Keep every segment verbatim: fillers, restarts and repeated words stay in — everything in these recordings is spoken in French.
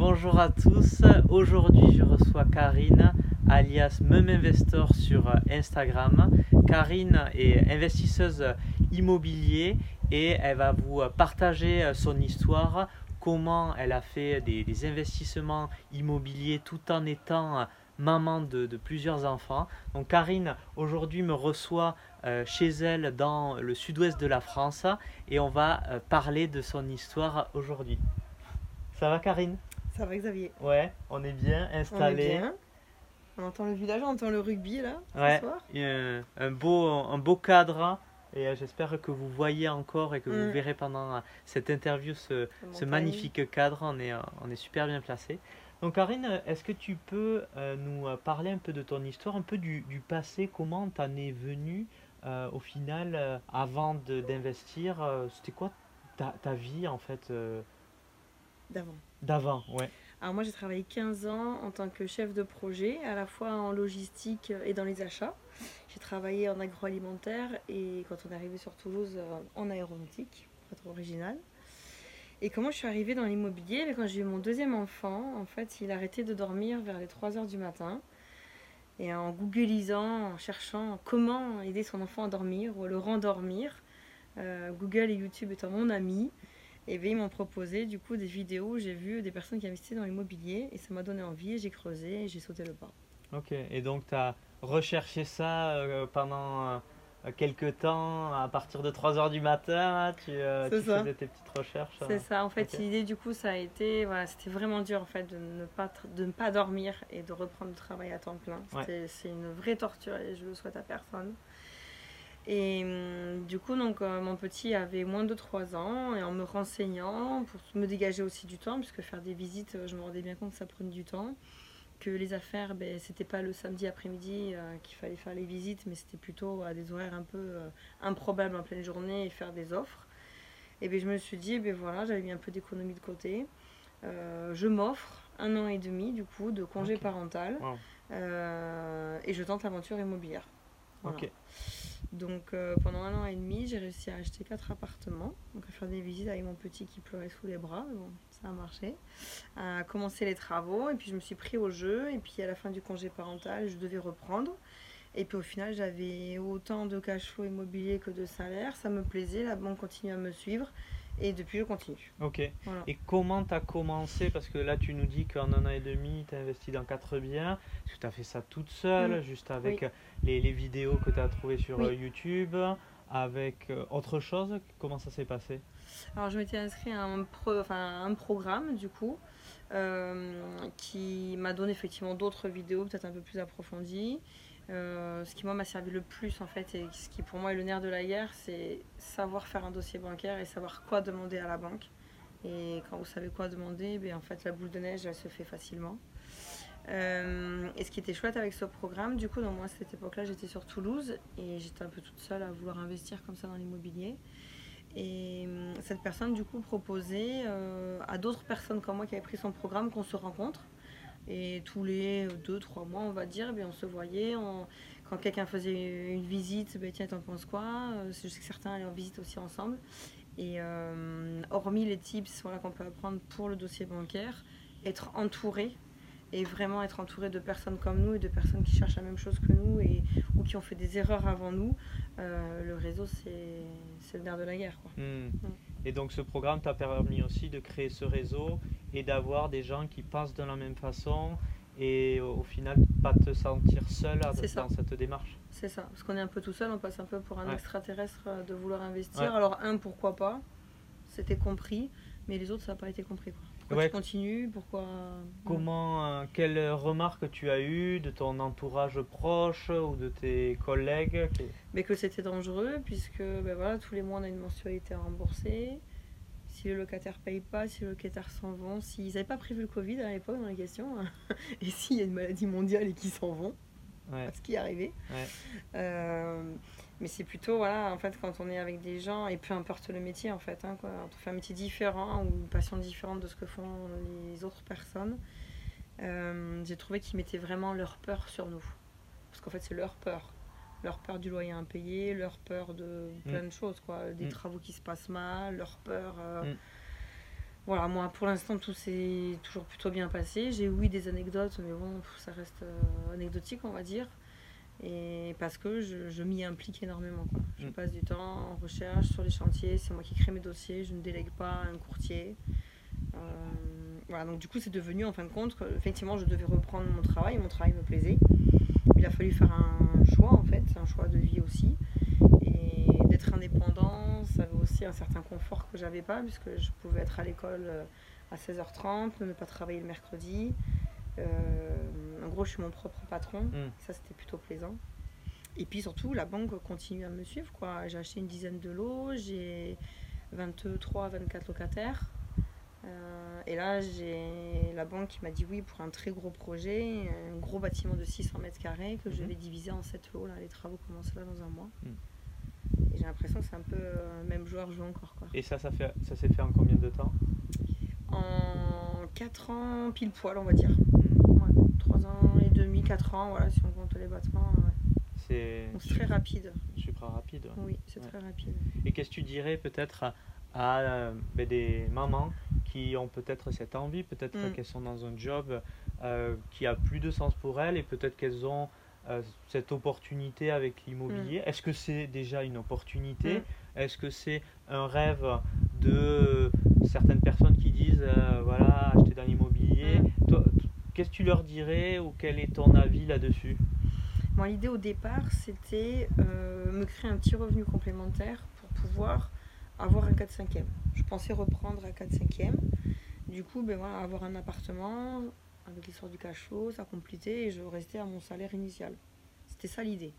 bonjour à tous. Aujourd'hui, je reçois Karine, alias Meuminvestor sur Instagram. Karine est investisseuse immobilier et elle va vous partager son histoire, comment elle a fait des, des investissements immobiliers tout en étant maman de, de plusieurs enfants. Donc Karine, aujourd'hui, me reçoit euh, chez elle dans le sud-ouest de la France et on va euh, parler de son histoire aujourd'hui. Ça va Karine? Ça va Xavier? Ouais, on est bien installé. On est bien. On entend le village, on entend le rugby là, Ouais, ce soir. un, un beau, un beau cadre et euh, j'espère que vous voyez encore et que vous Mm. verrez pendant euh, cette interview ce, La ce montagne. magnifique cadre. On est, euh, on est super bien placé. Donc Karine, est-ce que tu peux euh, nous euh, parler un peu de ton histoire, un peu du, du passé, comment t'en es venu euh, au final euh, avant de- d'investir euh, C'était quoi ta, ta vie en fait euh, D'avant. d'avant? Ouais. Alors moi j'ai travaillé quinze ans en tant que chef de projet, à la fois en logistique et dans les achats. J'ai travaillé en agroalimentaire et quand on est arrivé sur Toulouse euh, en aéronautique, pas trop original. Et comment je suis arrivée dans l'immobilier? Mais quand j'ai eu mon deuxième enfant, en fait il arrêtait de dormir vers les trois heures du matin. Et en googlisant, en cherchant comment aider son enfant à dormir ou à le rendormir, euh, Google et YouTube étant mon ami, et bien, ils m'ont proposé du coup des vidéos où j'ai vu des personnes qui investissaient dans l'immobilier et ça m'a donné envie et j'ai creusé et j'ai sauté le pas. Ok, et donc tu as recherché ça euh, pendant euh, quelques temps, à partir de trois heures du matin, hein, tu, euh, C'est tu ça. faisais tes petites recherches. C'est euh, ça. En fait, ok. l'idée du coup, ça a été, voilà, c'était vraiment dur en fait de ne pas, tra- de ne pas dormir et de reprendre le travail à temps plein. Ouais. C'était, c'est une vraie torture et je le souhaite à personne. Et hum, du coup, donc, euh, mon petit avait moins de trois ans et en me renseignant pour me dégager aussi du temps, puisque faire des visites, euh, je me rendais bien compte que ça prenait du temps. Que les affaires, ben, c'était pas le samedi après-midi euh, qu'il fallait faire les visites, mais c'était plutôt à des horaires un peu euh, improbables en pleine journée et faire des offres. Et ben, je me suis dit, ben voilà, j'avais mis un peu d'économie de côté. Euh, je m'offre un an et demi du coup de congé Ok. parental Wow. euh, et je tente l'aventure immobilière. Voilà. Ok. Donc euh, pendant un an et demi, j'ai réussi à acheter quatre appartements, donc à faire des visites avec mon petit qui pleurait sous les bras, mais bon, ça a marché. À commencer les travaux, et puis je me suis pris au jeu, et puis à la fin du congé parental, je devais reprendre. Et puis au final, j'avais autant de cash flow immobilier que de salaire, ça me plaisait, la banque continue à me suivre, et depuis je continue. Ok. Voilà. Et comment tu as commencé? Parce que là, tu nous dis qu'en un an et demi, tu as investi dans quatre biens. Est-ce que tu as fait ça toute seule, Mm. juste avec Oui. euh, les, les vidéos que tu as trouvées sur Oui. euh, YouTube, avec euh, autre chose? Comment ça s'est passé? Alors je m'étais inscrite à un, pro, enfin, un programme du coup euh, qui m'a donné effectivement d'autres vidéos peut-être un peu plus approfondies. Euh, ce qui moi m'a servi le plus en fait et ce qui pour moi est le nerf de la guerre, c'est savoir faire un dossier bancaire et savoir quoi demander à la banque. Et quand vous savez quoi demander, ben, en fait la boule de neige elle se fait facilement. Euh, et ce qui était chouette avec ce programme, du coup, dans moi à cette époque-là, j'étais sur Toulouse et j'étais un peu toute seule à vouloir investir comme ça dans l'immobilier. Et hum, cette personne, du coup, proposait euh, à d'autres personnes comme moi qui avaient pris son programme qu'on se rencontre. Et tous les deux trois mois, on va dire, eh on se voyait. On... Quand quelqu'un faisait une visite, ben, tiens, t'en penses quoi? Je sais que certains allaient en visite aussi ensemble. Et euh, hormis les tips voilà, qu'on peut apprendre pour le dossier bancaire, être entouré et vraiment être entouré de personnes comme nous et de personnes qui cherchent la même chose que nous et, ou qui ont fait des erreurs avant nous, euh, le réseau c'est, c'est le nerf de la guerre. Quoi. Hmm. Mm. Et donc ce programme t'a permis aussi de créer ce réseau et d'avoir des gens qui pensent de la même façon et au, au final pas te sentir seul à- C'est ça. dans cette démarche. C'est ça, parce qu'on est un peu tout seul, on passe un peu pour un Ouais. extraterrestre euh, de vouloir investir. Ouais. Alors un, pourquoi pas, c'était compris, mais les autres ça n'a pas été compris. Quoi. Pourquoi Ouais. tu continues, pourquoi... Comment, euh, quelles remarques tu as eues de ton entourage proche ou de tes collègues qui- Mais que c'était dangereux, puisque ben voilà, tous les mois on a une mensualité à rembourser. Si le locataire paye pas, si le locataire s'en vont, s'ils n'avaient pas prévu le Covid à l'époque dans la question, et s'il y a une maladie mondiale et qu'ils s'en vont, Ouais. ce qui est arrivé. Ouais. Euh, mais c'est plutôt, voilà, en fait, quand on est avec des gens, et peu importe le métier, en fait, hein, quoi, quand on fait un métier différent ou une passion différente de ce que font les autres personnes, euh, j'ai trouvé qu'ils mettaient vraiment leur peur sur nous. Parce qu'en fait, c'est leur peur. Leur peur du loyer impayé, leur peur de plein Mm. de choses, quoi. Des Mm. travaux qui se passent mal, leur peur... Euh, Mm. Voilà, moi pour l'instant tout s'est toujours plutôt bien passé. J'ai oui des anecdotes, mais bon, ça reste euh, anecdotique on va dire. Et parce que je, je m'y implique énormément, quoi. Je Mm. passe du temps en recherche sur les chantiers, c'est moi qui crée mes dossiers, je ne délègue pas à un courtier. Euh, voilà, donc du coup c'est devenu en fin de compte que, effectivement je devais reprendre mon travail, et mon travail me plaisait. Il a fallu faire un choix en fait, un choix de vie aussi. Et d'être indépendant, ça avait aussi un certain confort que j'avais pas, puisque je pouvais être à l'école à seize heures trente, ne pas travailler le mercredi. Euh, en gros, je suis mon propre patron, Mm. ça c'était plutôt plaisant. Et puis surtout, la banque continue à me suivre, quoi. J'ai acheté une dizaine de lots, j'ai vingt-trois à vingt-quatre locataires. Euh, et là, j'ai la banque qui m'a dit oui pour un très gros projet, un gros bâtiment de six cents mètres carrés que je Mhm. vais diviser en sept lots. Là, les travaux commencent là dans un mois. Mm. Et j'ai l'impression que c'est un peu euh, même joueur joue encore, quoi. Et ça, ça, fait, ça s'est fait en combien de temps? En quatre ans pile poil, on va dire. Mm. Ouais, trois ans et demi, quatre ans, voilà, si on compte les battements. Ouais. C'est Donc c'est très rapide. super rapide. Ouais. Oui, c'est Ouais. très rapide. Et qu'est-ce que tu dirais peut-être à, à, euh, ben, des mamans qui ont peut-être cette envie, peut-être Mm. qu'elles sont dans un job euh, qui a plus de sens pour elles et peut-être qu'elles ont euh, cette opportunité avec l'immobilier. Est-ce que c'est déjà une opportunité? Mm. Est-ce que c'est un rêve de certaines personnes qui disent euh, voilà, acheter dans l'immobilier? Mm. Toi, t- qu'est-ce que tu leur dirais ou quel est ton avis là-dessus? Moi, l'idée au départ, c'était euh, me créer un petit revenu complémentaire pour pouvoir avoir un quatre cinquième. Je pensais reprendre à quatre cinquième. Du coup, ben voilà, avoir un appartement avec l'histoire du cash flow, ça complétait et je restais à mon salaire initial. C'était ça l'idée.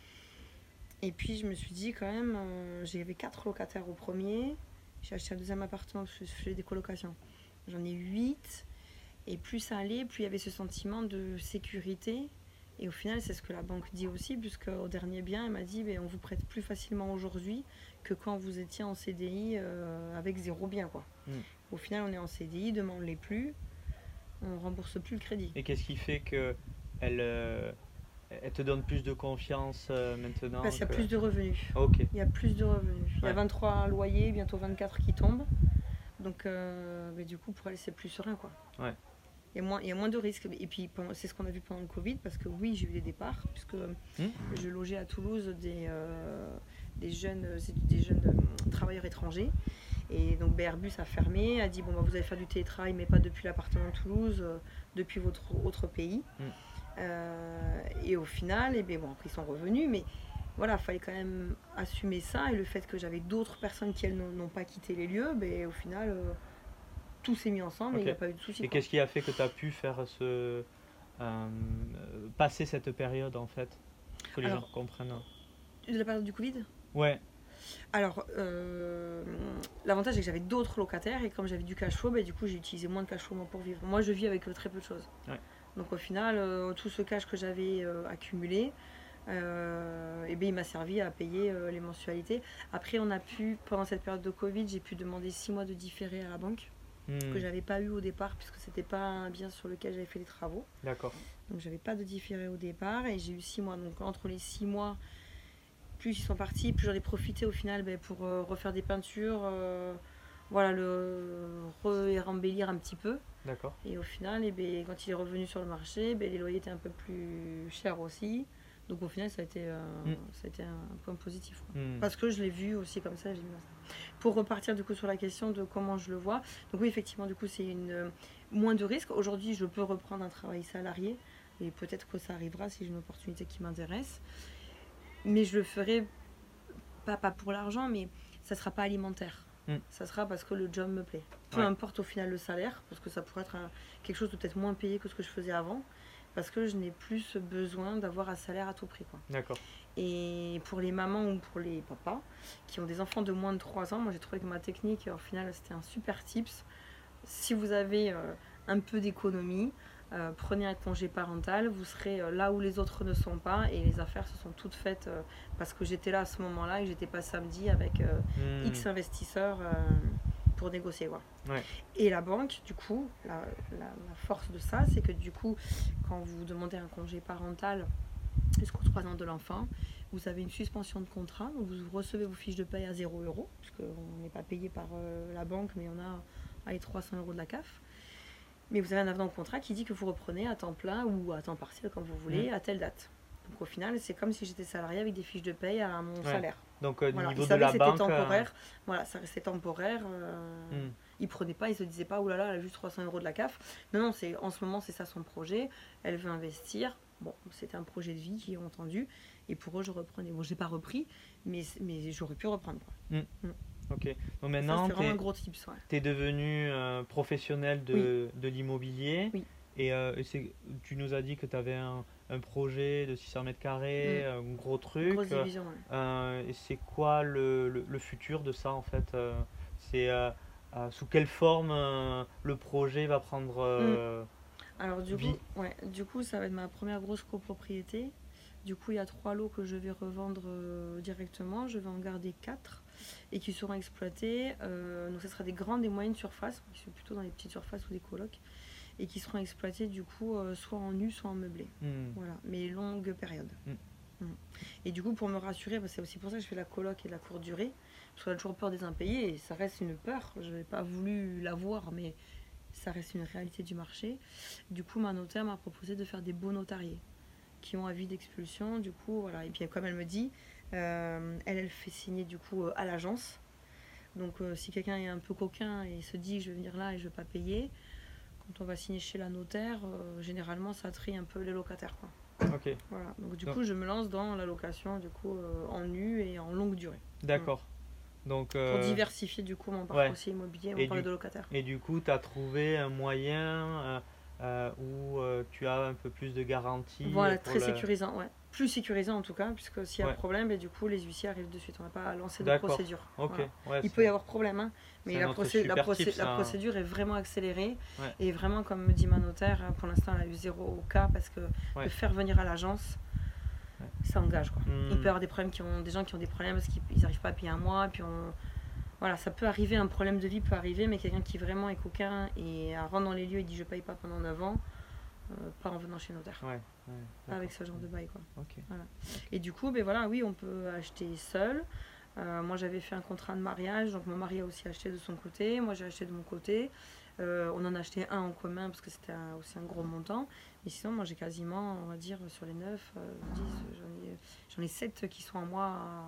Et puis, je me suis dit quand même, euh, j'avais quatre locataires au premier. J'ai acheté un deuxième appartement parce que je faisais des colocations. J'en ai huit. Et plus ça allait, plus il y avait ce sentiment de sécurité. Et au final, c'est ce que la banque dit aussi, puisque au dernier bien, elle m'a dit ben, on vous prête plus facilement aujourd'hui que quand vous étiez en C D I euh, avec zéro bien, quoi. Mm. Au final, on est en C D I, demain on ne l'est plus, on rembourse plus le crédit. Et qu'est-ce qui fait que elle, euh, elle te donne plus de confiance euh, maintenant Parce qu'il y a que- plus de revenus. Ok. Il y a plus de revenus. Il y a Ouais. vingt-trois loyers, bientôt vingt-quatre qui tombent. Donc, euh, ben, du coup, pour elle, c'est plus serein, quoi. Ouais. Il y a moins, il y a moins de risques. Et puis, pendant- c'est ce qu'on a vu pendant le Covid, parce que oui, j'ai eu des départs, puisque Hmm. je logeais à Toulouse des, euh, des jeunes, des jeunes euh, travailleurs étrangers. Et donc, ben, Airbus a fermé, a dit bon, bah, vous allez faire du télétravail, mais pas depuis l'appartement de Toulouse, euh, depuis votre autre pays. Mm. Euh, et au final, et ben, bon, après, ils sont revenus, mais voilà, il fallait quand même assumer ça. Et le fait que j'avais d'autres personnes qui, elles, n'ont n'ont pas quitté les lieux, ben, au final, euh, tout s'est mis ensemble et il n'y a Ok. pas eu de soucis. Et quoi. qu'est-ce qui a fait que tu as pu faire ce. euh, passer cette période en fait? Que les Alors- gens comprennent. De la période du Covid. Ouais. Alors, euh, l'avantage c'est que j'avais d'autres locataires et comme j'avais du cash flow, ben, du coup j'ai utilisé moins de cash flow moi, pour vivre. Moi je vis avec euh, très peu de choses. Ouais. Donc au final, euh, tout ce cash que j'avais euh, accumulé, euh, eh ben, il m'a servi à payer euh, les mensualités. Après on a pu, pendant cette période de Covid, j'ai pu demander six mois de différé à la banque, Hmm. que j'avais pas eu au départ puisque c'était pas un bien sur lequel j'avais fait les travaux. D'accord. Donc j'avais pas de différé au départ et j'ai eu six mois. Donc entre les six mois, plus ils sont partis, plus j'en ai profité au final ben, pour euh, refaire des peintures, euh, voilà, le re-embellir un petit peu. D'accord. Et au final, eh ben, quand il est revenu sur le marché, ben, les loyers étaient un peu plus chers aussi. Donc au final, ça a été, euh, Mm. ça a été un point positif. quoi. Hmm. Parce que je l'ai vu aussi comme ça, j'ai mis ça. Pour repartir du coup sur la question de comment je le vois, donc oui effectivement du coup c'est une euh, moins de risques. Aujourd'hui je peux reprendre un travail salarié et peut-être que ça arrivera si j'ai une opportunité qui m'intéresse. Mais je le ferai pas, pas pour l'argent, mais ça sera pas alimentaire. Mm. Ça sera parce que le job me plaît. Peu Ouais. importe au final le salaire, parce que ça pourrait être un- quelque chose de peut-être moins payé que ce que je faisais avant, parce que je n'ai plus besoin d'avoir un salaire à tout prix, quoi. D'accord. Et pour les mamans ou pour les papas qui ont des enfants de moins de trois ans, moi j'ai trouvé que ma technique, au final, c'était un super tips. Si vous avez euh, un peu d'économie, euh, prenez un congé parental, vous serez euh, là où les autres ne sont pas et les affaires se sont toutes faites euh, parce que j'étais là à ce moment-là et que j'étais pas samedi avec euh, Hmm. X investisseurs euh, pour négocier, quoi. Ouais. Et la banque, du coup, la, la- la force de ça, c'est que du coup, quand vous demandez un congé parental jusqu'aux trois ans de l'enfant, vous avez une suspension de contrat, donc vous recevez vos fiches de paye à zéro euro, puisqu'on n'est pas payé par euh, la banque, mais on a allez, trois cents euros de la C A F. Mais vous avez un avenant au contrat qui dit que vous reprenez à temps plein ou à temps partiel, comme vous voulez, mmh. à telle date. Donc au final, c'est comme si j'étais salarié avec des fiches de paye à mon ouais. salaire. Donc au voilà. niveau Ils de la que banque... temporaire. Euh... Voilà, ça restait temporaire. Euh... Mmh. Ils ne prenaient pas, ils ne se disaient pas, oh là là, elle a juste trois cents euros de la C A F. Non, non, c'est, en ce moment, c'est ça son projet. Elle veut investir. Bon, c'était un projet de vie qu'ils ont entendu. Et pour eux, je reprenais. Bon, je n'ai pas repris, mais, mais j'aurais pu reprendre. Quoi. Mmh. Mmh. Ok. Donc maintenant, tu es ouais. devenu euh, professionnel de, oui. de l'immobilier. Oui. Et euh, c'est, tu nous as dit que tu avais un, un projet de six cents mètres carrés, mmh. un gros truc. Une grosse division, ouais. euh, Et c'est quoi le, le, le futur de ça, en fait euh, C'est euh, euh, sous quelle forme euh, le projet va prendre euh, mmh. Alors, du vie coup, ouais, du coup, ça va être ma première grosse copropriété. Du coup, il y a trois lots que je vais revendre euh, directement. Je vais en garder quatre et qui seront exploités. Euh, donc, ce sera des grandes et moyennes surfaces, qui sont plutôt dans les petites surfaces ou des colocs, et qui seront exploités du coup euh, soit en nu, soit en meublé. Mmh. Voilà, mais longue période. Mmh. Mmh. Et du coup, pour me rassurer, bah, c'est aussi pour ça que je fais la coloc et la courte durée, parce qu'on a toujours peur des impayés et ça reste une peur. Je n'ai pas voulu l'avoir, mais ça reste une réalité du marché. Du coup, ma notaire m'a proposé de faire des baux notariés qui ont avis d'expulsion, du coup, voilà. Et puis comme elle me dit, euh, elle, elle fait signer du coup euh, à l'agence. Donc euh, si quelqu'un est un peu coquin et se dit je vais venir là et je vais pas payer, quand on va signer chez la notaire, euh, généralement ça trie un peu les locataires, quoi. Ok. Voilà. Donc du Donc. coup je me lance dans la location du coup euh, en nu et en longue durée. D'accord. Ouais. Donc, euh... pour diversifier du coup mon parcours ouais. immobilier, on parle de locataires. Et du coup tu as trouvé un moyen euh, Euh, où euh, tu as un peu plus de garantie. Voilà, très la... sécurisant, ouais. Plus sécurisant en tout cas, puisque s'il y a ouais. un problème, et du coup les huissiers arrivent de suite. On n'a pas à lancer de D'accord. procédure. Okay. Voilà. Ouais, il peut y avoir problème, hein, mais la, procé- la, procé- type, la procédure est vraiment accélérée. Ouais. Et vraiment, comme me dit ma notaire, pour l'instant elle a eu zéro cas parce que ouais. de faire venir à l'agence, ouais. ça engage, quoi. Mmh. Il peut y avoir des problèmes qui ont, des gens qui ont des problèmes parce qu'ils n'arrivent pas à payer un mois, puis on. Voilà, ça peut arriver, un problème de vie peut arriver, mais quelqu'un qui vraiment est coquin et rentre dans les lieux et dit je paye pas pendant neuf ans, euh, pas en venant chez notaire. Ouais, ouais, pas avec ce genre de bail, quoi. Okay. Voilà. Et du coup, ben voilà, oui, on peut acheter seul. Euh, moi, j'avais fait un contrat de mariage, donc mon mari a aussi acheté de son côté, moi j'ai acheté de mon côté. Euh, on en a acheté un en commun parce que c'était un, aussi un gros montant. Mais sinon, moi j'ai quasiment, on va dire, sur les neuf, euh, dix, j'en ai, j'en ai sept qui sont à moi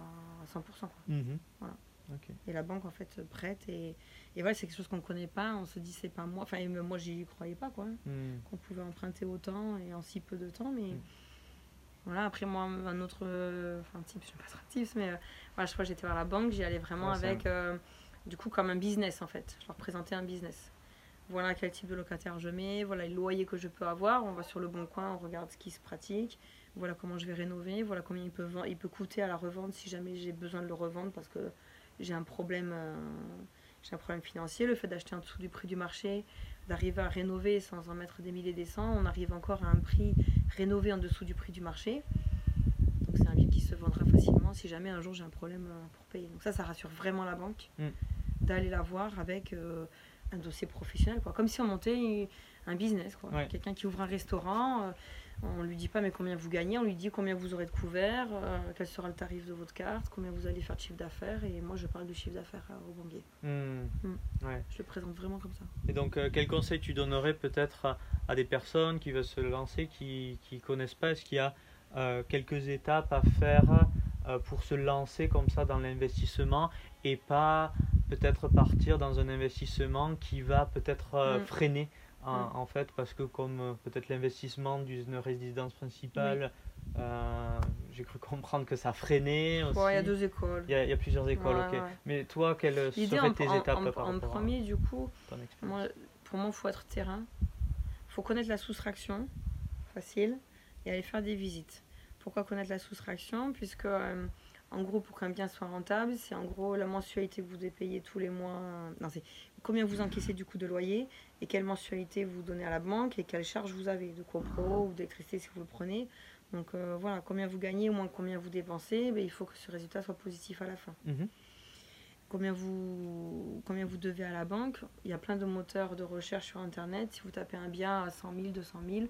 à cent pour cent, quoi. Mm-hmm. Voilà. Okay. Et la banque en fait prête et, et voilà, c'est quelque chose qu'on ne connaît pas, on se dit c'est pas moi, enfin moi j'y croyais pas, quoi, mm. qu'on pouvait emprunter autant et en si peu de temps, mais mm. voilà, après moi un autre euh, enfin type, je ne sais pas trop tips, mais euh, voilà, je crois que j'étais vers la banque, j'y allais vraiment ouais, avec euh, du coup comme un business en fait, je leur présentais un business, voilà quel type de locataire je mets, voilà le loyer que je peux avoir, on va sur le bon coin, on regarde ce qui se pratique, voilà comment je vais rénover, voilà combien il peut, il peut coûter à la revente si jamais j'ai besoin de le revendre parce que j'ai un problème, euh, j'ai un problème financier, le fait d'acheter en dessous du prix du marché, d'arriver à rénover sans en mettre des milliers des cents, on arrive encore à un prix rénové en dessous du prix du marché. Donc c'est un bien qui se vendra facilement si jamais un jour j'ai un problème pour payer. Donc ça, ça rassure vraiment la banque mm. d'aller la voir avec euh, un dossier professionnel, quoi. Comme si on montait un business, quoi. Ouais. Quelqu'un qui ouvre un restaurant, euh, on ne lui dit pas mais combien vous gagnez, on lui dit combien vous aurez de couverts, euh, quel sera le tarif de votre carte, combien vous allez faire de chiffre d'affaires, et moi je parle de chiffre d'affaires euh, au banquier. Mmh. Mmh. Ouais. Je le présente vraiment comme ça. Et donc euh, quel conseil tu donnerais peut-être à, à des personnes qui veulent se lancer, qui ne connaissent pas, est-ce qu'il y a euh, quelques étapes à faire euh, pour se lancer comme ça dans l'investissement et pas peut-être partir dans un investissement qui va peut-être euh, mmh. freiner En, en fait, parce que comme euh, peut-être l'investissement d'une résidence principale, oui. euh, j'ai cru comprendre que ça freinait aussi. Ouais, il y a deux écoles. Il y a, il y a plusieurs écoles, ouais, ok. Ouais. Mais toi, quelles L'idée seraient en, tes en, étapes en, par en rapport premier, à du coup, ton moi, pour moi, il faut être terrain. Il faut connaître la soustraction, facile, et aller faire des visites. Pourquoi connaître la soustraction? Puisque, euh, en gros, pour qu'un bien soit rentable, c'est en gros la mensualité que vous devez payer tous les mois. Non, c'est combien vous encaissez du coût de loyer et quelle mensualité vous donnez à la banque et quelles charges vous avez de copro ou d'électricité si vous le prenez. Donc euh, voilà, combien vous gagnez, au moins combien vous dépensez, ben, il faut que ce résultat soit positif à la fin. Mmh. Combien vous, combien vous devez à la banque. Il y a plein de moteurs de recherche sur Internet. Si vous tapez un bien à cent mille, deux cent mille,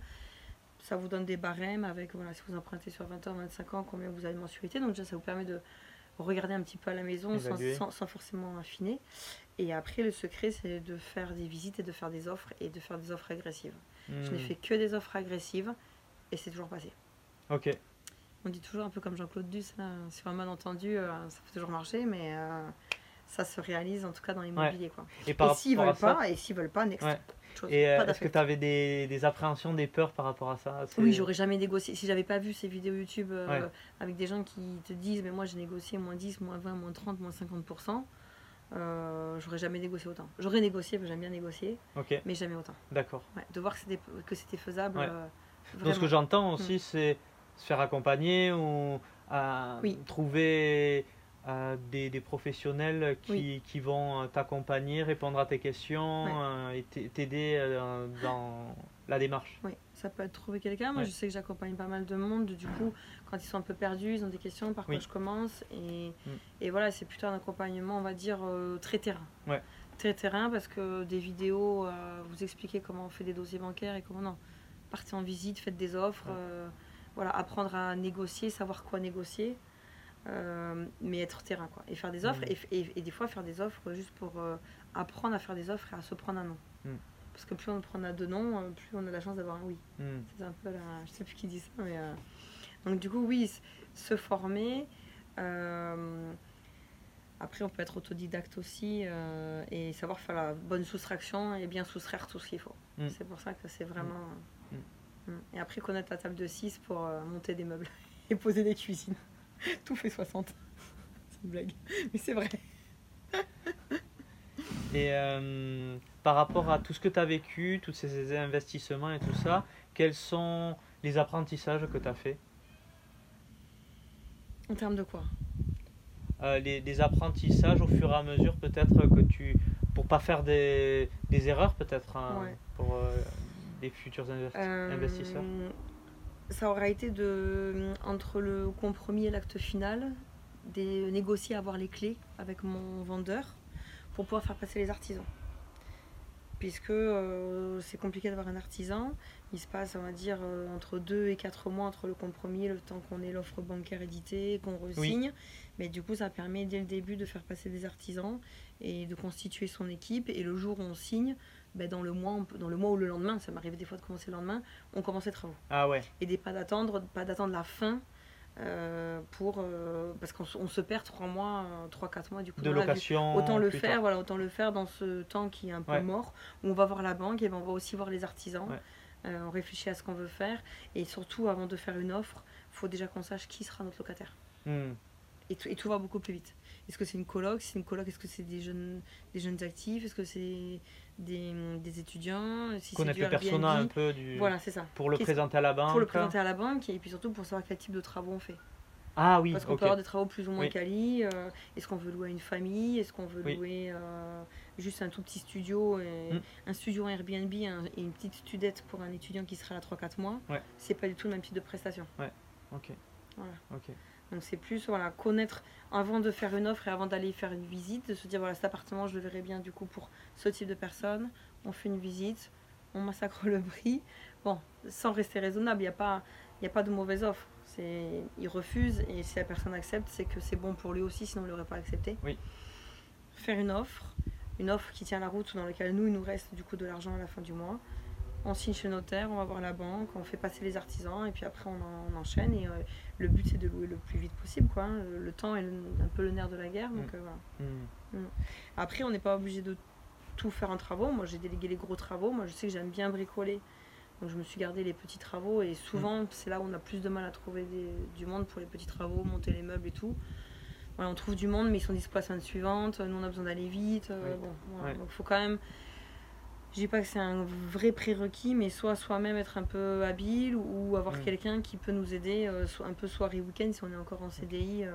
ça vous donne des barèmes avec, voilà, si vous empruntez sur vingt ans, vingt-cinq ans, combien vous avez de mensualité. Donc déjà, ça vous permet de regarder un petit peu à la maison sans, sans, sans forcément affiner. Et après, le secret, c'est de faire des visites et de faire des offres et de faire des offres agressives. Mmh. Je n'ai fait que des offres agressives et c'est toujours passé. Ok. On dit toujours un peu comme Jean-Claude Duss, là, sur un malentendu, euh, ça peut toujours marcher, mais euh, ça se réalise en tout cas dans l'immobilier. Ouais. Quoi. Et Et par s'ils rapport veulent à ça, pas, et s'ils veulent pas, next. ouais. Chose, Et euh, pas est-ce que d'affect. tu avais des, des appréhensions, des peurs par rapport à ça? C'est- Oui, j'aurais jamais négocié. Si j'avais pas vu ces vidéos YouTube euh, Ouais. avec des gens qui te disent, mais moi j'ai négocié moins dix, moins vingt, moins trente, moins cinquante pour cent, euh, j'aurais jamais négocié autant. J'aurais négocié, parce que j'aime bien négocier, Ok, mais jamais autant. d'accord. Ouais, de voir que c'était, que c'était faisable. Ouais. euh, Donc ce vraiment. que j'entends aussi, c'est se faire accompagner ou euh, Oui. trouver euh, des, des professionnels qui, Oui. qui vont euh, t'accompagner, répondre à tes questions Ouais. euh, et t'a- t'aider euh, dans la démarche. Oui, ça peut être trouver quelqu'un. Moi, Ouais. je sais que j'accompagne pas mal de monde. Du coup, quand ils sont un peu perdus, ils ont des questions, par quoi Oui. je commence. Et, Mm. et voilà, c'est plutôt un accompagnement, on va dire, euh, très terrain. Ouais. Très terrain, parce que des vidéos, euh, vous expliquer comment on fait des dossiers bancaires et comment non. Partez en visite, faites des offres. Ouais. euh, voilà, apprendre à négocier, savoir quoi négocier. euh, mais être terrain, quoi. Et faire des offres. Mm. Et, et- et des fois, faire des offres juste pour euh, apprendre à faire des offres et à se prendre un non. Mm. Parce que plus on prend un deux non, euh, plus on a la chance d'avoir un oui. Mm. C'est un peu la... Je sais plus qui dit ça, mais... euh, Donc du coup, oui, s- se former. euh, Après, on peut être autodidacte aussi euh, et savoir faire la bonne soustraction et bien soustraire tout ce qu'il faut. Mm. C'est pour ça que c'est vraiment... Mm. Mm. Et après, connaître la table de six pour euh, monter des meubles et poser des cuisines. Tout fait soixante. C'est une blague. Mais c'est vrai. Et euh, par rapport à tout ce que tu as vécu, tous ces investissements et tout ça, quels sont les apprentissages que tu as fait? En termes de quoi? Euh, les, les apprentissages au fur et à mesure peut-être que tu... Pour pas faire des, des erreurs peut-être hein, Ouais. pour euh, les futurs investi- Euh, investisseurs. Ça aura été de, entre le compromis et l'acte final, de négocier, avoir les clés avec mon vendeur pour pouvoir faire passer les artisans. Puisque euh, c'est compliqué d'avoir un artisan, il se passe, on va dire, euh, entre deux et quatre mois entre le compromis, le temps qu'on ait l'offre bancaire éditée, qu'on re-signe. Mais du coup, ça permet dès le début de faire passer des artisans et de constituer son équipe. Et le jour où on signe, ben, dans, le mois, on peut- dans le mois ou le lendemain, ça m'arrive des fois de commencer le lendemain, on commence les travaux. Ah ouais, Et des pas d'attendre, pas d'attendre la fin euh, pour euh, parce qu'on se- on se perd trois mois, euh, trois quatre mois du coup. de dans la vie. location. Autant le plus faire, tard. voilà, autant le faire dans ce temps qui est un peu Ouais. mort, où on va voir la banque et ben on va aussi voir les artisans. Ouais. Euh, on réfléchit à ce qu'on veut faire et surtout avant de faire une offre, il faut déjà qu'on sache qui sera notre locataire. Hmm. Et tout, et tout va beaucoup plus vite. Est-ce que c'est une coloc? Si c'est une coloc, est-ce que c'est des jeunes, des jeunes actifs? Est-ce que c'est des, des étudiants? Si c'est Connaître du le persona un Airbnb? peu du... Voilà, c'est ça. pour le Qu'est-ce- présenter à la banque. Pour le présenter à la banque et puis surtout pour savoir quel type de travaux on fait. Ah oui, Parce qu'on ok. peut avoir des travaux plus ou moins Oui. quali. euh, Est-ce qu'on veut louer à une famille? Est-ce qu'on veut Oui. louer euh, juste un tout petit studio et Mm. un studio Airbnb un- et une petite studette pour un étudiant qui sera là trois quatre mois? Ouais. C'est pas du tout le même type de prestation. Ok, Voilà. ok. Donc c'est plus voilà, connaître avant de faire une offre et avant d'aller faire une visite, de se dire voilà cet appartement je le verrai bien du coup pour ce type de personne. On fait une visite, on massacre le prix. Bon, sans rester raisonnable, il n'y a pas, il y a pas de mauvaise offre. C'est, il refuse et si la personne accepte, c'est que c'est bon pour lui aussi, sinon il l'aurait pas accepté. Oui. Faire une offre, une offre qui tient la route dans laquelle nous il nous reste du coup de l'argent à la fin du mois. On signe chez le notaire, on va voir la banque, on fait passer les artisans et puis après on, en- on enchaîne et euh, le but c'est de louer le plus vite possible quoi. hein. Le, le temps est le- un peu le nerf de la guerre donc Mm. euh, voilà. Hmm. Après on n'est pas obligé de tout faire en travaux. Moi j'ai délégué les gros travaux. Moi je sais que j'aime bien bricoler. Donc je me suis gardé les petits travaux et souvent c'est là où on a plus de mal à trouver des- du monde pour les petits travaux, monter les meubles et tout. Voilà, on trouve du monde mais ils sont dispo la semaine suivante. Nous on a besoin d'aller vite. euh, Oui. bon, voilà. Ouais. Donc faut quand même. Je dis pas que c'est un vrai prérequis, mais soit soi-même être un peu habile ou avoir Mm. quelqu'un qui peut nous aider, euh, so- un peu soirée week-end si on est encore en C D I, euh,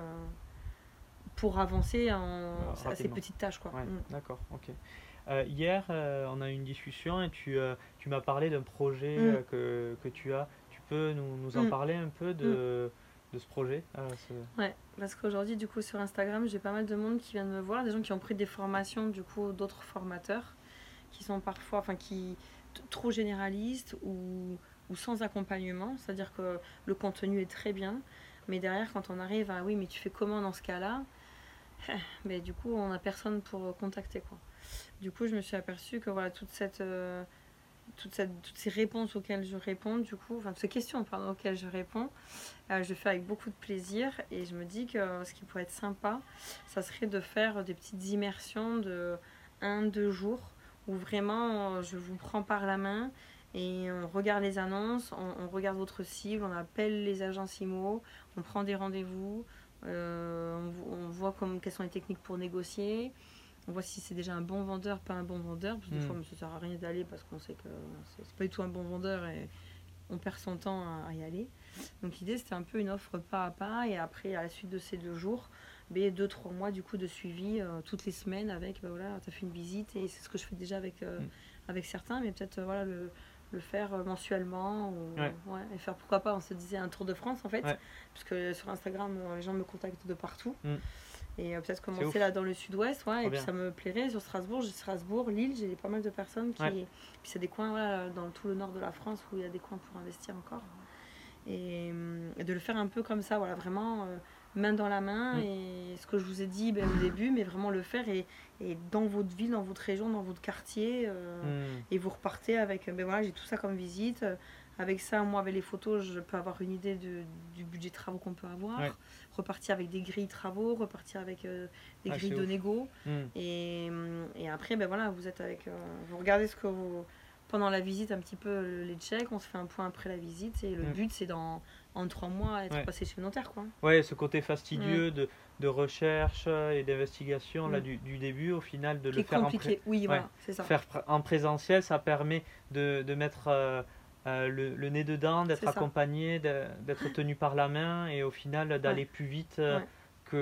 pour avancer en, Ah, à ces rapidement. petites tâches. Quoi. Ouais, Mm. d'accord, ok. Euh, hier, euh, on a eu une discussion et tu, euh, tu m'as parlé d'un projet Mm. euh, que, que tu as. Tu peux nous, nous en Mm. parler un peu de, de ce projet euh, ce- Ouais, parce qu'aujourd'hui, du coup, sur Instagram, j'ai pas mal de monde qui vient de me voir, des gens qui ont pris des formations, du coup, d'autres formateurs, qui sont parfois, enfin, qui t- trop généralistes ou, ou sans accompagnement, c'est-à-dire que le contenu est très bien, mais derrière, quand on arrive à, oui, mais tu fais comment dans ce cas-là? Mais du coup, on n'a personne pour contacter, quoi. Du coup, je me suis aperçue que voilà, toute cette, euh, toute cette, toutes ces réponses auxquelles je réponds, du coup, enfin, toutes ces questions pardon, auxquelles je réponds, euh, je le fais avec beaucoup de plaisir. Et je me dis que euh, ce qui pourrait être sympa, ça serait de faire des petites immersions de un, deux jours où vraiment euh, je vous prends par la main et on regarde les annonces, on, on regarde votre cible, on appelle les agences I M O, on prend des rendez-vous, euh, on, on voit comme, quelles sont les techniques pour négocier. On voit si c'est déjà un bon vendeur, pas un bon vendeur. Parce que des Mm. fois, ça ne sert à rien d'aller parce qu'on sait que c'est, c'est pas du tout un bon vendeur et on perd son temps à, à y aller. Donc l'idée, c'était un peu une offre pas à pas. Et après, à la suite de ces deux jours, ben, deux, trois mois du coup de suivi euh, toutes les semaines avec, ben, voilà, tu as fait une visite. Et c'est ce que je fais déjà avec, euh, mm. avec certains. Mais peut-être euh, voilà, le, le faire euh, mensuellement. Ou, Ouais. Ouais, et faire pourquoi pas, on se disait un tour de France en fait. Ouais. Parce que sur Instagram, euh, les gens me contactent de partout. Mm. Et euh, peut-être commencer là dans le sud-ouest, ouais, et puis bien. ça me plairait. Sur Strasbourg, j'ai Strasbourg, Lille, j'ai pas mal de personnes qui. Ouais. Puis c'est des coins voilà, dans tout le nord de la France où il y a des coins pour investir encore. Et, et de le faire un peu comme ça, voilà, vraiment euh, main dans la main. Mm. Et ce que je vous ai dit ben, au début, mais vraiment le faire et, et dans votre ville, dans votre région, dans votre quartier. Euh, mm. Et vous repartez avec. Ben voilà, j'ai tout ça comme visite. Avec ça, moi, avec les photos, je peux avoir une idée de, du budget de travaux qu'on peut avoir. Ouais. Repartir avec des grilles travaux, repartir avec euh, des ah, grilles de ouf. Négo. Mm. Et, et après, ben voilà, vous êtes avec... Euh, vous regardez ce que vous... Pendant la visite, un petit peu les checks, on se fait un point après la visite. Et le mm. but, c'est dans, en trois mois, être ouais. passé chez le notaire, quoi. Ouais, ce côté fastidieux mm. de, de recherche et d'investigation, mm. là, du, du début, au final, de Qui le faire compliqué. En, pré- oui, ouais, voilà, c'est ça. Faire en présentiel, ça permet de, de mettre... Euh, Euh, le, le nez dedans, d'être accompagné, de, d'être tenu par la main et au final d'aller ouais. plus vite euh, ouais.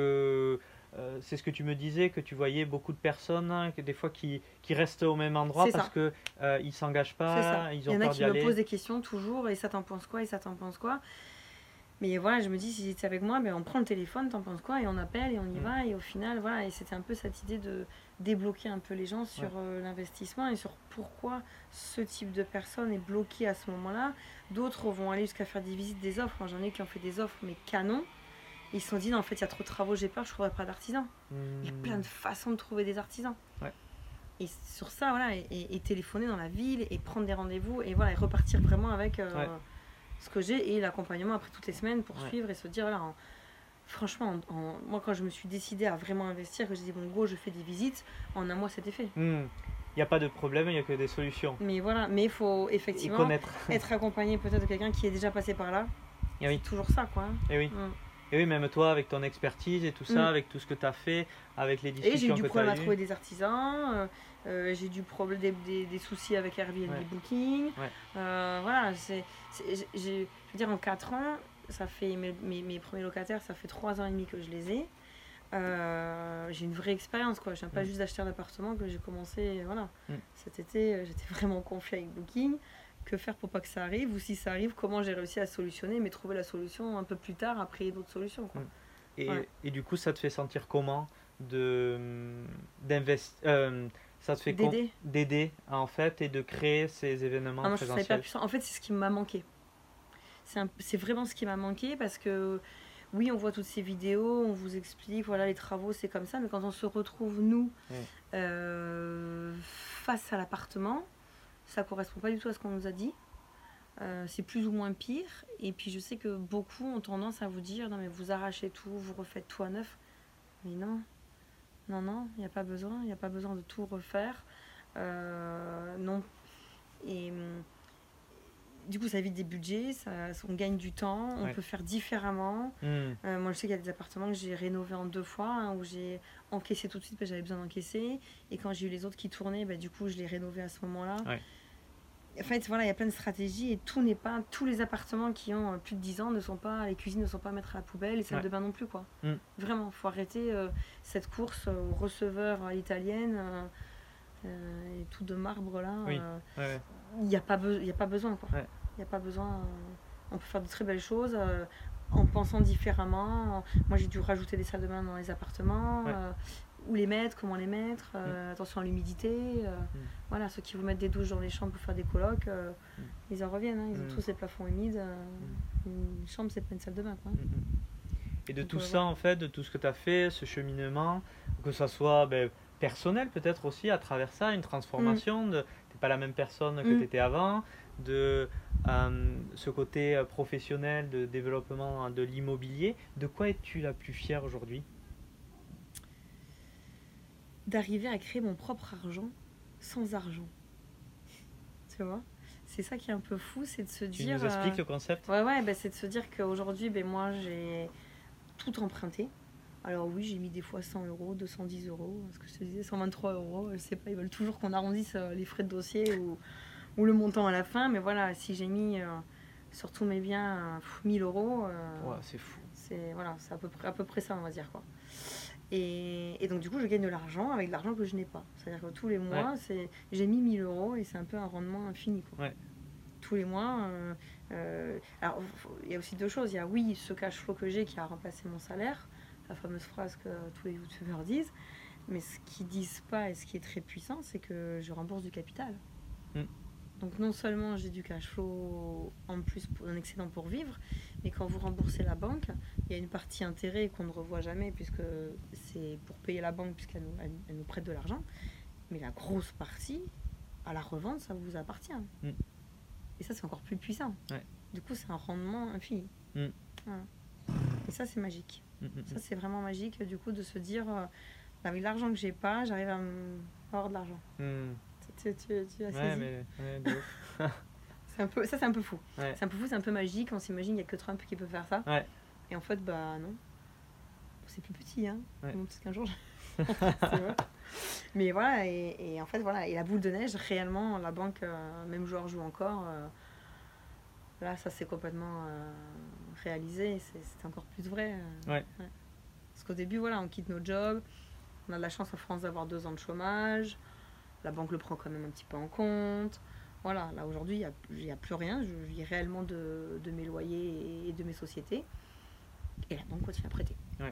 que euh, c'est ce que tu me disais, que tu voyais beaucoup de personnes hein, que des fois qui, qui restent au même endroit c'est parce qu'ils euh, ne s'engagent pas, ils ont Il y en peur a qui d'y me aller. posent des questions toujours et ça t'en pense quoi et ça t'en pense quoi. Mais voilà, je me dis, si c'est avec moi, ben on prend le téléphone, t'en penses quoi, et on appelle et on y mmh. va. Et au final, voilà, et c'était un peu cette idée de débloquer un peu les gens sur ouais. euh, l'investissement et sur pourquoi ce type de personne est bloqué à ce moment-là. D'autres vont aller jusqu'à faire des visites, des offres. Moi, j'en ai qui ont fait des offres, mais canon. Et ils se sont dit, non, en fait, il y a trop de travaux, j'ai peur, je ne trouverai pas d'artisans. Mmh. Il y a plein de façons de trouver des artisans. Ouais. Et sur ça, voilà, et, et, et téléphoner dans la ville et prendre des rendez-vous et voilà, et repartir vraiment avec... Euh, ouais. ce que j'ai et l'accompagnement après toutes les semaines pour ouais. suivre et se dire voilà en, franchement en, en, moi quand je me suis décidée à vraiment investir que j'ai dit bon go je fais des visites en un mois c'était fait. Il mmh. n'y a pas de problème, il n'y a que des solutions. Mais voilà, mais il faut effectivement être accompagné peut-être de quelqu'un qui est déjà passé par là. Et oui. C'est toujours ça quoi. Et oui. Mmh. Et oui, même toi avec ton expertise et tout ça, mmh. avec tout ce que tu as fait, avec les discussions que tu as eues. Et j'ai eu du problème à trouver des artisans, euh, euh, j'ai du problème des, des, des soucis avec Airbnb ouais. Booking. Ouais. Euh, voilà, c'est, c'est, j'ai, je veux dire en quatre ans, ça fait mes, mes, mes premiers locataires, ça fait trois ans et demi que je les ai. Euh, j'ai une vraie expérience quoi, je viens pas mmh. juste d'acheter un appartement que j'ai commencé, voilà. Mmh. Cet été, j'étais vraiment confiée avec Booking. Que faire pour pas que ça arrive, ou si ça arrive, comment j'ai réussi à solutionner, mais trouver la solution un peu plus tard, après d'autres solutions. Quoi. Et, ouais. et du coup, ça te fait sentir comment de, d'investir, euh, ça te fait d'aider. Com- d'aider en fait et de créer ces événements ah, moi, présentiels. Je savais pas plus... En fait, c'est ce qui m'a manqué. C'est, un... c'est vraiment ce qui m'a manqué parce que oui, on voit toutes ces vidéos, on vous explique, voilà, les travaux, c'est comme ça, mais quand on se retrouve, nous, ouais. euh, face à l'appartement, ça correspond pas du tout à ce qu'on nous a dit. Euh, c'est plus ou moins pire. Et puis je sais que beaucoup ont tendance à vous dire non mais vous arrachez tout, vous refaites tout à neuf. Mais non, non, non, il n'y a pas besoin, il n'y a pas besoin de tout refaire. Euh, non. Et du coup ça évite des budgets, ça, on gagne du temps, on ouais. peut faire différemment. Mmh. Euh, moi je sais qu'il y a des appartements que j'ai rénovés en deux fois, hein, où j'ai encaissé tout de suite parce que j'avais besoin d'encaisser. Et quand j'ai eu les autres qui tournaient, bah, du coup je les rénovais à ce moment-là. Ouais. En fait, voilà, il y a plein de stratégies et tout n'est pas... Tous les appartements qui ont plus de dix ans ne sont pas... Les cuisines ne sont pas à mettre à la poubelle, les salles ouais. de bain non plus, quoi. Mm. Vraiment, il faut arrêter euh, cette course aux receveurs à l'italienne euh, euh, et tout de marbre, là. Il oui. euh, ouais. n'y a, be- a pas besoin, quoi. Il ouais. n'y a pas besoin... Euh, on peut faire de très belles choses euh, en pensant différemment. Moi, j'ai dû rajouter des salles de bain dans les appartements. Ouais. Euh, où les mettre, comment les mettre, euh, mmh. attention à l'humidité. Euh, mmh. Voilà, ceux qui vous mettent des douches dans les chambres pour faire des colocs, euh, mmh. ils en reviennent. Hein, ils ont mmh. tous les plafonds humides. Euh, mmh. Une chambre, c'est pas une salle de bain. Quoi. Mmh. Et de Donc, tout euh, ça, ouais. en fait, de tout ce que tu as fait, ce cheminement, que ça soit ben, personnelle peut-être aussi à travers ça, une transformation. Mm. De, t'es pas la même personne que Mm. tu étais avant, de euh, ce côté euh, professionnel de développement de l'immobilier. De quoi es-tu la plus fière aujourd'hui? D'arriver à créer mon propre argent sans argent. Tu vois, c'est ça qui est un peu fou, c'est de se tu dire... Tu nous expliques euh, le concept? Ouais, ouais, bah, c'est de se dire qu'aujourd'hui, ben, moi, j'ai tout emprunté. Alors oui, j'ai mis des fois cent euros, deux cent dix euros, ce que je te disais, cent vingt-trois euros. Je sais pas, ils veulent toujours qu'on arrondisse euh, les frais de dossier ou, ou le montant à la fin. Mais voilà, si j'ai mis euh, sur tous mes biens euh, mille euros... Euh, ouais, c'est fou. C'est voilà, c'est à peu près, à peu près ça, on va dire, quoi. Et, et donc du coup je gagne de l'argent avec de l'argent que je n'ai pas, c'est à dire que tous les mois, ouais. c'est, j'ai mis mille euros et c'est un peu un rendement infini, quoi. Ouais. Tous les mois euh, euh, alors il y a aussi deux choses, il y a oui ce cash flow que j'ai qui a remplacé mon salaire, la fameuse phrase que tous les youtubeurs disent, mais ce qu'ils disent pas et ce qui est très puissant, c'est que je rembourse du capital. mm. Donc non seulement j'ai du cash flow en plus, pour un excédent pour vivre, mais quand vous remboursez la banque, il y a une partie intérêt qu'on ne revoit jamais puisque c'est pour payer la banque puisqu'elle nous, elle, elle nous prête de l'argent. Mais la grosse partie, à la revente, ça vous appartient. Mm. Et ça, c'est encore plus puissant. Ouais. Du coup, c'est un rendement infini. Mm. Voilà. Et ça, c'est magique. Mm, mm, ça, c'est vraiment magique, du coup, de se dire, euh, avec l'argent que j'ai pas, j'arrive à avoir de l'argent. Mm. Tu, tu, tu as saisi. Ouais, mais, ouais, de ouf. c'est un peu, ça, c'est un peu fou. Ouais. C'est un peu fou, c'est un peu magique. On s'imagine, il n'y a que Trump qui peut faire ça. Ouais. Et en fait, bah non. C'est plus petit, hein. Ouais. Bon, peut-être qu'un jour. Je... c'est vrai. Mais voilà, et, et en fait, voilà. Et la boule de neige, réellement, la banque, euh, même joueur joue encore. Euh, là, ça s'est complètement euh, réalisé. C'est, c'est encore plus vrai. Euh, ouais. ouais. Parce qu'au début, voilà, on quitte nos jobs. On a de la chance en France d'avoir deux ans de chômage. La banque le prend quand même un petit peu en compte. Voilà, là aujourd'hui, il n'y a, a plus rien. Je vis réellement de, de mes loyers et de mes sociétés. Et la banque continue à prêter. Ouais.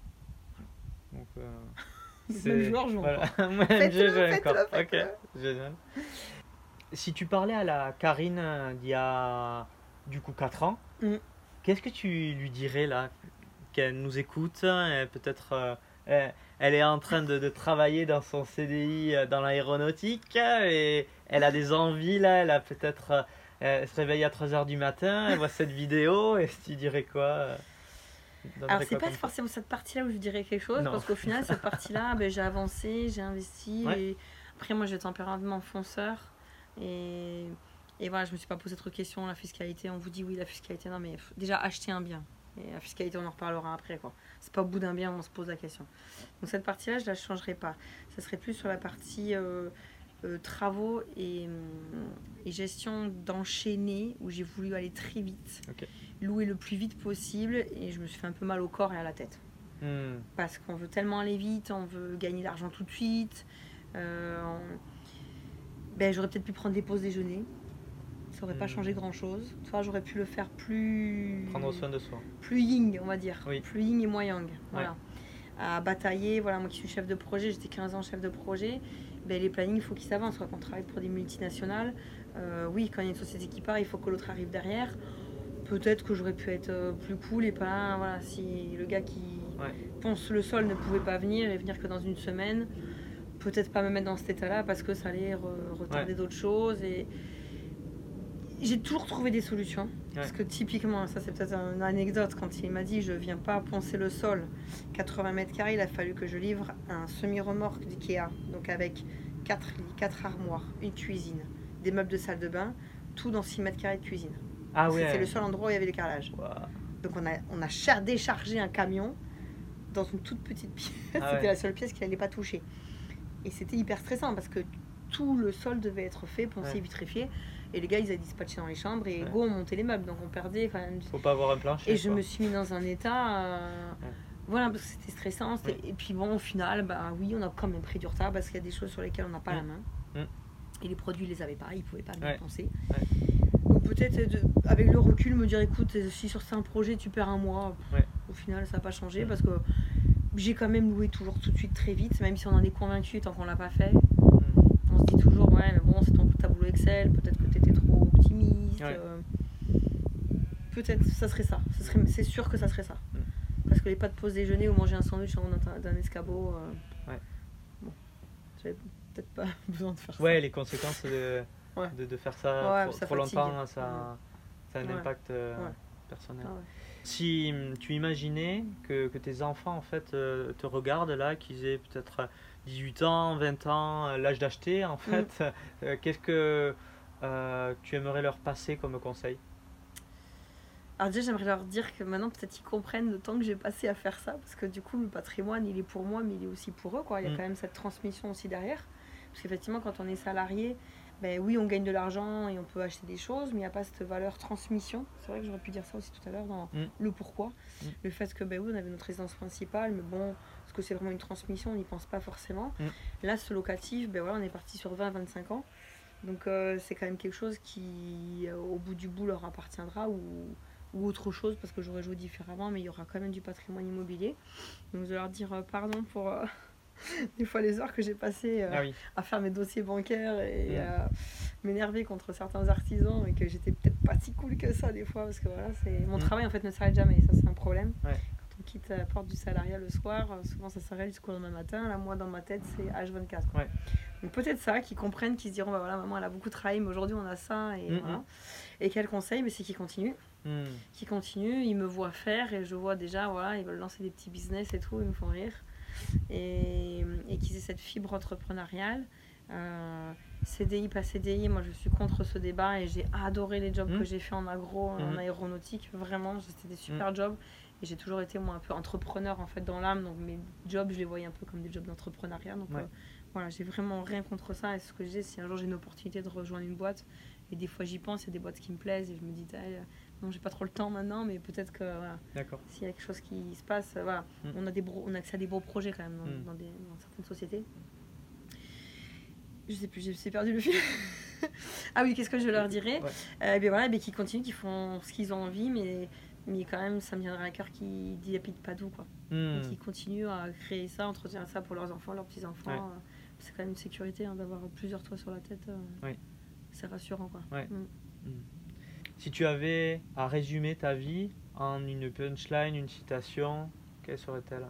Donc, euh, c'est... Même joueur joue voilà. encore. Même faites-le, joue faites-le, encore. faites-le. Ok, génial. Si tu parlais à la Karine d'il y a du coup quatre ans, mm. qu'est-ce que tu lui dirais là? Qu'elle nous écoute, et peut-être... Euh, Elle, elle est en train de, de travailler dans son C D I dans l'aéronautique et elle a des envies là, elle a peut-être euh, elle se réveille à trois heures du matin, elle voit cette vidéo et tu dirais quoi? Alors c'est pas forcément cette partie-là où je dirais quelque chose, non. Parce qu'au final cette partie-là, ben, j'ai avancé, j'ai investi, ouais. Et après moi j'ai tempérament fonceur et, et voilà, je me suis pas posé trop de questions. La fiscalité, on vous dit oui la fiscalité, non mais déjà acheter un bien. Et la fiscalité, on en reparlera après, quoi. C'est pas au bout d'un bien où on se pose la question. Donc cette partie-là, je la changerai pas. Ça serait plus sur la partie euh, euh, travaux et, et gestion d'enchaîner, où j'ai voulu aller très vite, okay. Louer le plus vite possible, et je me suis fait un peu mal au corps et à la tête. Mm. Parce qu'on veut tellement aller vite, on veut gagner de l'argent tout de suite. Euh, on... ben, j'aurais peut-être pu prendre des pauses déjeuner. Ça n'aurait mmh. pas changé grand-chose. Toi, j'aurais pu le faire plus... Prendre soin de soi. Plus yin, on va dire. Oui. Plus yin et moins yang. Voilà. Ouais. À batailler. Voilà, moi qui suis chef de projet, j'étais quinze ans chef de projet. Ben, les plannings, il faut qu'ils s'avancent. Quand on travaille pour des multinationales, euh, oui, quand il y a une société qui part, il faut que l'autre arrive derrière. Peut-être que j'aurais pu être plus cool et pas... Voilà, si le gars qui ouais. ponce le sol ne pouvait pas venir et venir que dans une semaine, peut-être pas me mettre dans cet état-là parce que ça allait re- retarder ouais. d'autres choses et... J'ai toujours trouvé des solutions, ouais. Parce que typiquement, ça c'est peut-être une anecdote, quand il m'a dit je viens pas poncer le sol, quatre-vingts mètres carrés, il a fallu que je livre un semi-remorque d'Ikea, donc avec quatre lits, quatre armoires, une cuisine, des meubles de salle de bain, tout dans six mètres carrés de cuisine. Ah ouais. C'était le seul endroit où il y avait le carrelage. Wow. Donc on a, on a char- déchargé un camion dans une toute petite pièce, ah c'était ouais. La seule pièce qu'il n'allait pas toucher. Et c'était hyper stressant parce que tout le sol devait être fait, poncé, ouais. Vitrifié. Et les gars, ils avaient dispatché dans les chambres et ouais. Go, on montait les meubles. Donc on perdait. Faut pas avoir un plancher. Et quoi. Je me suis mis dans un état. Euh, ouais. Voilà, parce que c'était stressant. C'était... Ouais. Et puis bon, au final, bah oui, on a quand même pris du retard parce qu'il y a des choses sur lesquelles on n'a pas mmh. la main. Mmh. Et les produits, ils les avaient pas. Ils pouvaient pas bien ouais. penser. Ouais. Donc peut-être, de, avec le recul, me dire écoute, si sur un projet, tu perds un mois, ouais. Au final, ça n'a pas changé mmh. parce que j'ai quand même loué toujours tout de suite très vite, même si on en est convaincu tant qu'on l'a pas fait. On se dit toujours, ouais, mais bon, c'est ton tableau Excel, peut-être que tu étais trop optimiste. Ouais. Euh, peut-être, ça serait ça. ça serait, c'est sûr que ça serait ça. Mm. Parce que les pas de pause déjeuner ou manger un sandwich en haut d'un, d'un escabeau. Euh, ouais. Bon. j'avais peut-être pas besoin de faire Ouais, ça. les conséquences de, Ouais. de, de faire ça Ouais, trop, ça trop fatigue. longtemps, ça, Ouais. ça a un Ouais. impact euh, Ouais. personnel. Ah ouais. Si hum, tu imaginais que, que tes enfants en fait euh, te regardent là, qu'ils aient peut-être dix-huit ans, vingt ans, euh, l'âge d'acheter en fait, euh, qu'est-ce que euh, tu aimerais leur passer comme conseil? Alors déjà, j'aimerais leur dire que maintenant, peut-être ils comprennent le temps que j'ai passé à faire ça, parce que du coup, le patrimoine, il est pour moi, mais il est aussi pour eux, quoi. Il y a Mm. quand même cette transmission aussi derrière. Parce qu'effectivement, quand on est salarié, ben oui, on gagne de l'argent et on peut acheter des choses, mais il n'y a pas cette valeur transmission. C'est vrai que j'aurais pu dire ça aussi tout à l'heure dans Mm. le pourquoi. Mm. Le fait que, ben oui, on avait notre résidence principale, mais bon, est-ce que c'est vraiment une transmission? On n'y pense pas forcément. Mm. Là, ce locatif, ben voilà, on est parti sur vingt à vingt-cinq ans. Donc euh, c'est quand même quelque chose qui, euh, au bout du bout, leur appartiendra ou, ou autre chose, parce que j'aurais joué différemment, mais il y aura quand même du patrimoine immobilier. Donc je vais leur dire euh, pardon pour euh, des fois les heures que j'ai passées euh, Ah oui. à faire mes dossiers bancaires et Mm. à m'énerver contre certains artisans et que j'étais peut-être pas si cool que ça des fois, parce que voilà, c'est mon Mm. travail en fait ne s'arrête jamais, ça c'est un problème. Ouais. Quand on quitte la porte du salariat le soir, euh, souvent ça s'arrête jusqu'au lendemain matin. Là, moi dans ma tête, c'est H vingt-quatre. Quoi. Ouais. Donc peut-être ça, qu'ils comprennent, qu'ils se diront bah voilà, maman elle a beaucoup travaillé, mais aujourd'hui on a ça et Mm, voilà. mm. Et quel conseil, mais c'est qu'ils continuent. Mm. Qui continuent, ils me voient faire et je vois déjà, voilà, ils veulent lancer des petits business et tout, ils me font rire. Et, et qu'ils aient cette fibre entrepreneuriale. Euh, C D I, pas C D I, moi je suis contre ce débat et j'ai adoré les jobs Mm. que j'ai fait en agro, en Mm. aéronautique, vraiment, c'était des super jobs. Et j'ai toujours été moi un peu entrepreneur en fait dans l'âme, donc mes jobs je les voyais un peu comme des jobs d'entrepreneuriat. Donc Ouais. euh, voilà, j'ai vraiment rien contre ça. Et ce que je dis, si un jour j'ai une opportunité de rejoindre une boîte, et des fois j'y pense, il y a des boîtes qui me plaisent et je me dis, ah, non, j'ai pas trop le temps maintenant, mais peut-être que voilà, D'accord. s'il y a quelque chose qui se passe, euh, voilà, Mm. on a des bro- on a accès à des beaux projets quand même dans, Mm. dans des, dans certaines sociétés. Je sais plus, j'ai perdu le fil. Ah oui, qu'est-ce que je leur dirais? Ouais. Euh, ben voilà, ben qu'ils continuent, qu'ils font ce qu'ils ont envie, mais, mais quand même, ça me viendrait à cœur qu'ils dilapitent pas tout, quoi. Mm. Et qu'ils continuent à créer ça, entretenir ça pour leurs enfants, leurs petits-enfants. Ouais. Euh, c'est quand même une sécurité hein, d'avoir plusieurs toits sur la tête. Euh, Oui. C'est rassurant, quoi. Ouais. Mm. Mm. Si tu avais à résumer ta vie en une punchline, une citation, quelle serait-elle?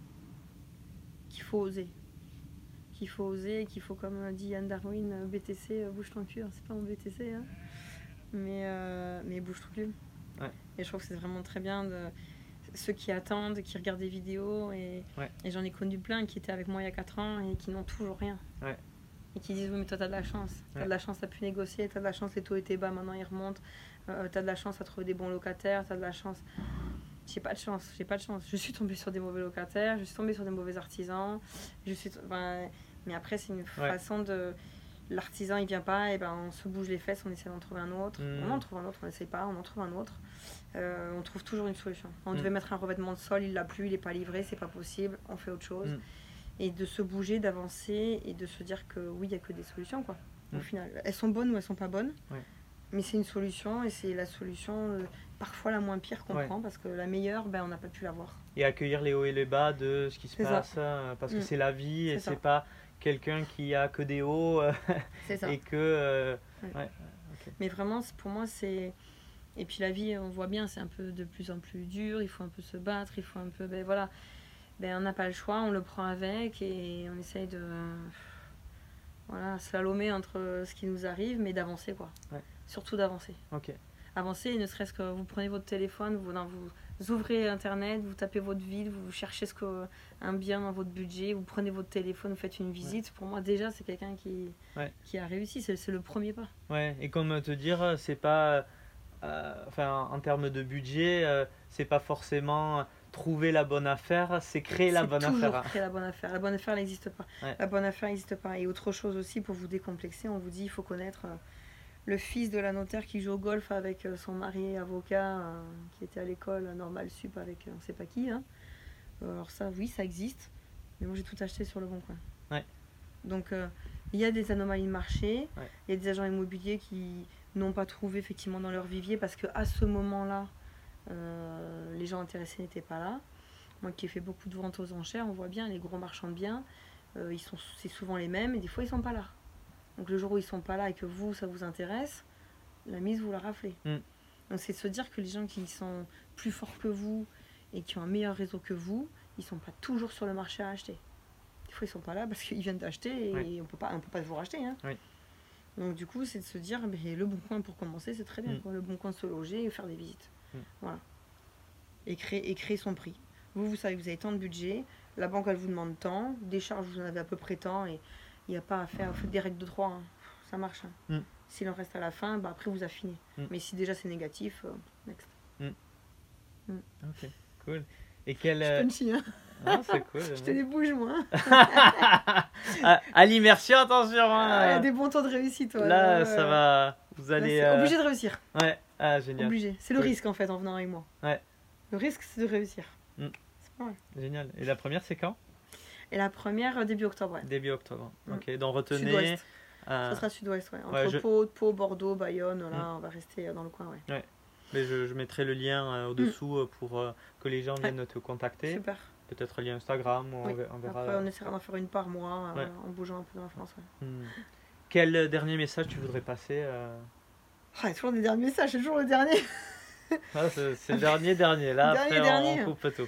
Qu'il faut oser. Qu'il faut oser, qu'il faut, comme dit Anne Darwin, euh, B T C, euh, bouge ton cul. C'est pas mon B T C, hein. mais, euh, mais bouge ton cul. Ouais. Et je trouve que c'est vraiment très bien de ceux qui attendent, qui regardent des vidéos. Et, Ouais. et j'en ai connu plein qui étaient avec moi il y a quatre ans et qui n'ont toujours rien. Ouais. Et qui disent oui mais toi t'as de la chance, t'as Ouais. de la chance, t'as pu négocier, t'as de la chance, les taux étaient bas, maintenant ils remontent, euh, t'as de la chance à trouver des bons locataires, t'as de la chance. J'ai pas de chance, j'ai pas de chance. Je suis tombée sur des mauvais locataires, je suis tombée sur des mauvais artisans, je suis, ben, mais après c'est une Ouais. façon de, l'artisan il vient pas, et ben on se bouge les fesses, on essaie d'en trouver un autre, Mm. on en trouve un autre, on essaie pas, on en trouve un autre, euh, on trouve toujours une solution. On Mm. devait mettre un revêtement de sol, il l'a plus, il est pas livré, c'est pas possible, on fait autre chose. Mm. Et de se bouger, d'avancer et de se dire que oui, il n'y a que des solutions quoi. Au Mm. final, elles sont bonnes ou elles sont pas bonnes, Ouais. mais c'est une solution et c'est la solution euh, parfois la moins pire qu'on Ouais. prend parce que la meilleure, ben, on n'a pas pu l'avoir. Et accueillir les hauts et les bas de ce qui se C'est ça. passe, euh, parce que Mm. c'est la vie et C'est ça. c'est pas quelqu'un qui a que des hauts euh, C'est ça. et que. euh, Ouais. ouais. Ok. Mais vraiment, c'est- pour moi, c'est. Et puis la vie, on voit bien, c'est un peu de plus en plus dur, il faut un peu se battre, il faut un peu. Ben voilà. Ben, on n'a pas le choix, on le prend avec et on essaye de. Voilà, slalomer entre ce qui nous arrive, mais d'avancer quoi. Ouais. Surtout d'avancer. Ok. Avancer, ne serait-ce que vous prenez votre téléphone, vous, non, vous ouvrez internet, vous tapez votre ville, vous cherchez ce que, un bien dans votre budget, vous prenez votre téléphone, vous faites une visite. Ouais. Pour moi, déjà, c'est quelqu'un qui, Ouais. qui a réussi, c'est, c'est le premier pas. Ouais. Et comme te dire, c'est pas. euh, enfin, en termes de budget, euh, c'est pas forcément trouver la bonne affaire, c'est créer la C'est bonne toujours affaire. créer la bonne affaire. La bonne affaire n'existe pas. Ouais. La bonne affaire n'existe pas. Et autre chose aussi, pour vous décomplexer, on vous dit il faut connaître euh, le fils de la notaire qui joue au golf avec euh, son mari avocat euh, qui était à l'école euh, normale sup avec euh, on sait pas qui. Hein. Euh, alors ça, oui, ça existe. Mais moi, j'ai tout acheté sur le bon coin. Ouais. Donc, euh, il y a des anomalies de marché. Il Ouais. y a des agents immobiliers qui n'ont pas trouvé effectivement dans leur vivier parce qu'à ce moment-là, euh, les gens intéressés n'étaient pas là. Moi qui ai fait beaucoup de ventes aux enchères, on voit bien les gros marchands de biens, euh, ils sont, c'est souvent les mêmes et des fois ils sont pas là. Donc le jour où ils sont pas là et que vous, ça vous intéresse, la mise vous la raflez. Mm. Donc c'est de se dire que les gens qui sont plus forts que vous et qui ont un meilleur réseau que vous, ils sont pas toujours sur le marché à acheter. des fois ils sont pas là parce qu'ils viennent d'acheter et Ouais. on peut pas, on peut pas toujours acheter. Hein. Oui. Donc du coup, c'est de se dire, mais le bon coin pour commencer, c'est très bien. Mm. Quoi. Le bon coin de se loger et faire des visites. Mm. Voilà. Et créer, et créer son prix. Vous, vous savez que vous avez tant de budget, la banque elle vous demande tant, des charges vous en avez à peu près tant et il n'y a pas à faire, faites des règles de trois, hein. Ça marche. Hein. Mm. S'il en reste à la fin, bah, après vous affinez. Mm. Mais si déjà c'est négatif, euh, next. Ok, cool. Et quel. Je suis euh, punchy, hein. Ah, c'est cool. Je te débouche moi. Hein. à à l'immersion, attention. Ah, il y Hein. a des bons taux de réussite. Ouais. Là, Ouais, ça ouais. va. Vous Là, allez. c'est euh, obligé de réussir. Ouais, ah, génial. Obligé. C'est le Cool. risque en fait en venant avec moi. Ouais. Le risque c'est de réussir. Mm. C'est pas mal. Génial. Et la première, c'est quand? Et la première, euh, début octobre, ouais. Début octobre. Mm. Ok, donc retenez. Sud-ouest. euh, Ça sera sud-ouest, ouais. Entre ouais, je- Pau, Pau, Bordeaux, Bayonne, là, Mm. on va rester euh, dans le coin, ouais. Mais je, je mettrai le lien euh, au-dessous euh, pour euh, que les gens Mm. Ouais. viennent te contacter. Super. Peut-être lien Instagram, on, Oui. ver- on verra. Après, on essaiera d'en faire une par mois, euh, Ouais. en bougeant un peu dans la France. Ouais. Hmm. Quel euh, dernier message tu voudrais passer euh, Ah, il y a toujours des derniers messages, c'est toujours le dernier. ah, C'est c'est le dernier, dernier. Là, Dernier, après, dernier. on coupe tout.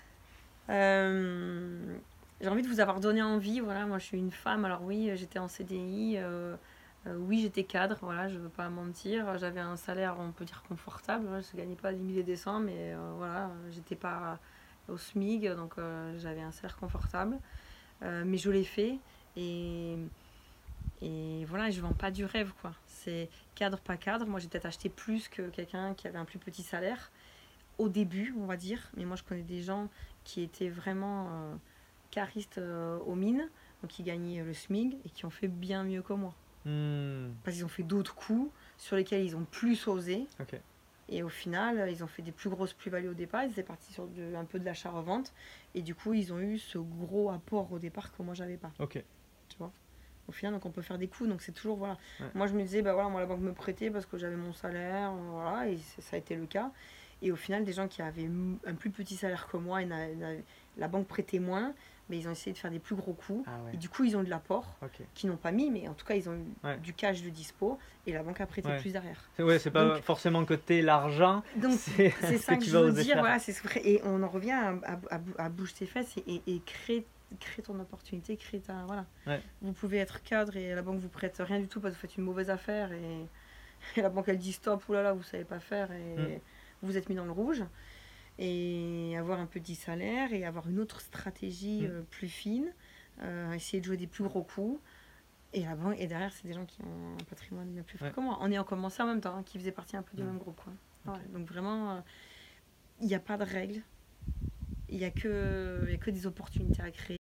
Euh, j'ai envie de vous avoir donné envie. Voilà, moi, je suis une femme. Alors oui, j'étais en C D I. euh, euh, oui, j'étais cadre. Voilà, je veux pas mentir. J'avais un salaire, on peut dire confortable. Je ne gagnais pas dix mille et des cents, mais euh, voilà, j'étais pas au SMIG, donc euh, j'avais un salaire confortable. Euh, mais je l'ai fait et et voilà, je vends pas du rêve, quoi. C'est cadre, pas cadre. Moi, j'ai peut-être acheté plus que quelqu'un qui avait un plus petit salaire au début, on va dire. Mais moi, je connais des gens qui étaient vraiment euh, caristes euh, aux mines, donc qui gagnaient le SMIG et qui ont fait bien mieux que moi. Hmm. Parce qu'ils ont fait d'autres coups sur lesquels ils ont plus osé. Ok. Et au final, ils ont fait des plus grosses plus-values au départ. Ils étaient partis sur de- un peu de l'achat-revente. Et du coup, ils ont eu ce gros apport au départ que moi, j'avais pas. Ok. Tu vois, au final, donc on peut faire des coups, donc c'est toujours voilà. Ouais. Moi je me disais bah voilà, moi la banque me prêtait parce que j'avais mon salaire, euh, voilà, et c- ça a été le cas. Et au final, des gens qui avaient m- un plus petit salaire que moi, et n'a- n'a- la banque prêtait moins, mais ils ont essayé de faire des plus gros coups. Ah ouais. Et du coup, ils ont eu de l'apport Ok. qu'ils n'ont pas mis, mais en tout cas, ils ont eu Ouais. du cash de dispo et la banque a prêté Ouais. plus derrière. C'est ouais, c'est pas Donc- forcément côté l'argent. Donc C'est c'est ce ça que que, tu je vas veux oser dire, faire. voilà, c'est ce vrai. Et on en revient à, à, à, à bouger tes fesses et, et, et créer, créer ton opportunité, créer ta. Voilà. Ouais. Vous pouvez être cadre et la banque vous prête rien du tout parce que vous faites une mauvaise affaire et, et la banque elle dit stop, oulala, vous savez pas faire et Mm. vous êtes mis dans le rouge. Et avoir un petit salaire et avoir une autre stratégie Mm. euh, plus fine, euh, essayer de jouer des plus gros coups. Et, la banque, et derrière, c'est des gens qui ont un patrimoine bien plus fort Ouais. que moi. On est en commencé en même temps, hein, qui faisaient partie un peu du Mm. même groupe. Quoi. Ok. Ouais, donc vraiment, euh, il n'y a pas de règles. Il n'y a, que- il y a que des opportunités à créer.